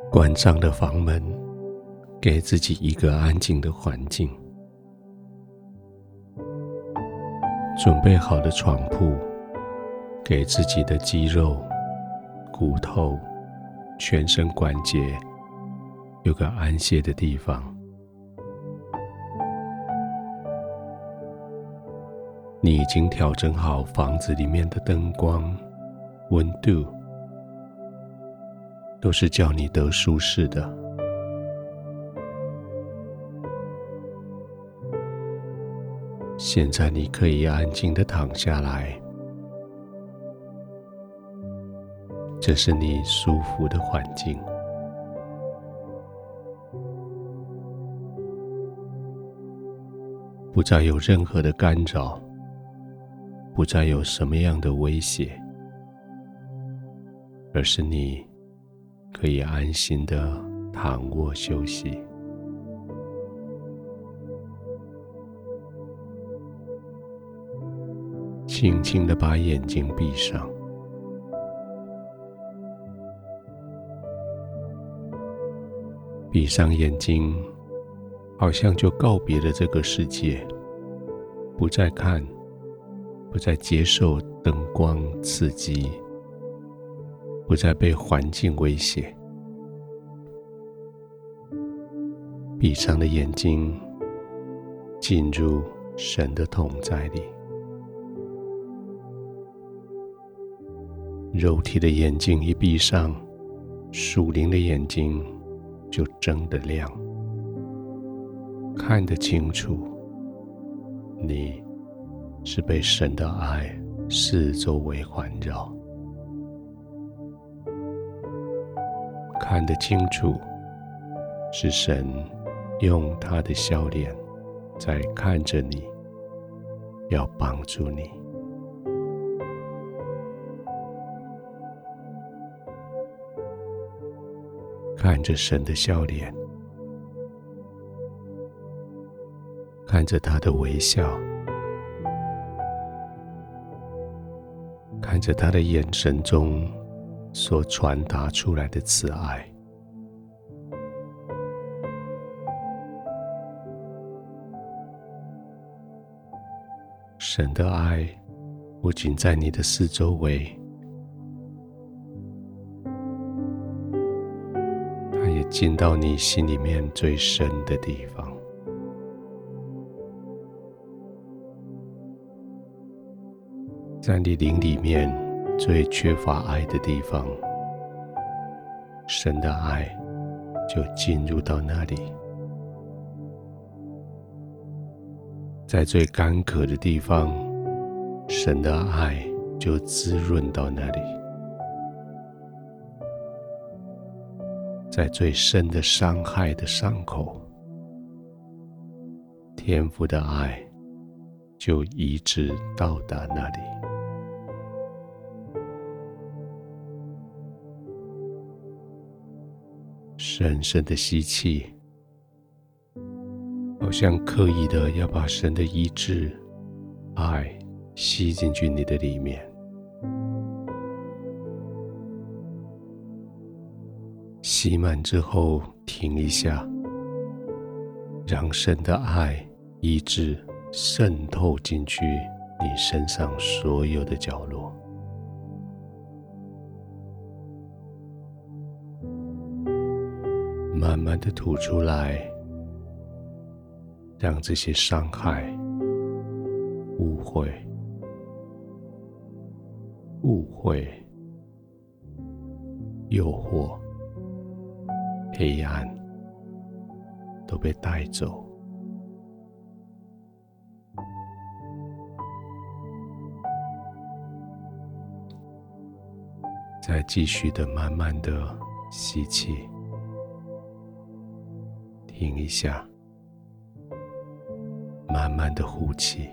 关上了房门，给自己一个安静的环境，准备好了床铺，给自己的肌肉、骨头、全身关节有个安歇的地方。你已经调整好房子里面的灯光、温度，都是叫你得舒适的。现在你可以安静地躺下来，这是你舒服的环境。不再有任何的干扰，不再有什么样的威胁，而是你可以安心地躺卧休息。轻轻地把眼睛闭上，闭上眼睛，好像就告别了这个世界，不再看，不再接受灯光刺激，不再被环境威胁。闭上了眼睛，进入神的同在里。肉体的眼睛一闭上，属灵的眼睛就睁得亮，看得清楚，你是被神的爱四周围环绕，看得清楚，是神用他的笑脸在看着你，要帮助你。看着神的笑脸，看着他的微笑，看着他的眼神中所传达出来的慈爱。神的爱不仅在你的四周围，它也进到你心里面最深的地方。在你灵里面最缺乏爱的地方，神的爱就进入到那里。在最干渴的地方，神的爱就滋润到那里。在最深的伤害的伤口，天父的爱就医治到达那里。深深的吸气，好像刻意的要把神的医治、爱吸进去你的里面。吸满之后停一下，让神的爱、医治渗透进去你身上所有的角落。慢慢的吐出来，让这些伤害、误会、诱惑、黑暗都被带走。再继续的慢慢的吸气，停一下，慢慢的呼气。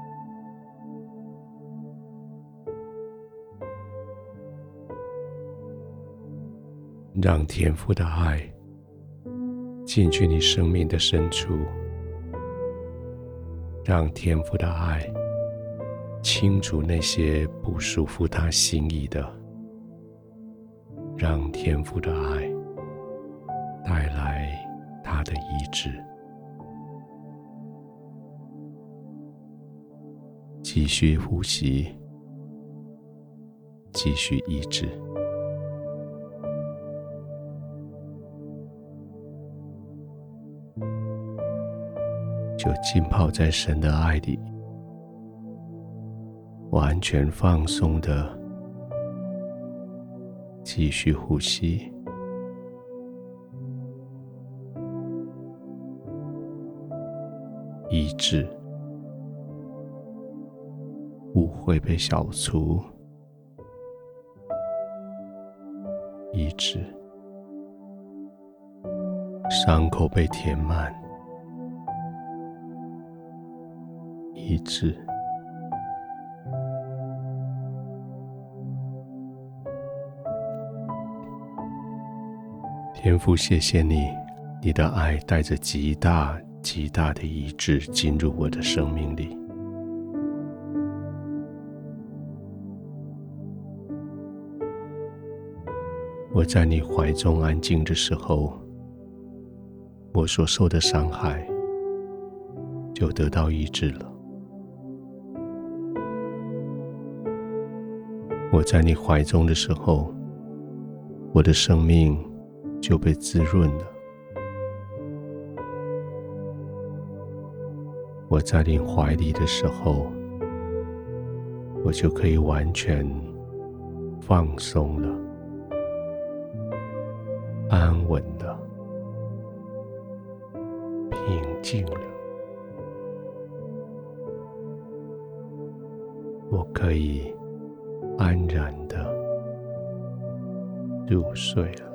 让天父的爱进去你生命的深处，让天父的爱清除那些不属乎他心意的，让天父的爱带来它的医治。继续呼吸，继续医治。就浸泡在神的爱里，完全放松的继续呼吸。医治，误会被消除，医治，伤口被填满，医治。天父，谢谢你，你的爱带着极大极大的医治进入我的生命里。我在你怀中安静的时候，我所受的伤害就得到医治了。我在你怀中的时候，我的生命就被滋润了。我在你怀里的时候，我就可以完全放松了，安稳了，平静了。我可以安然的入睡了。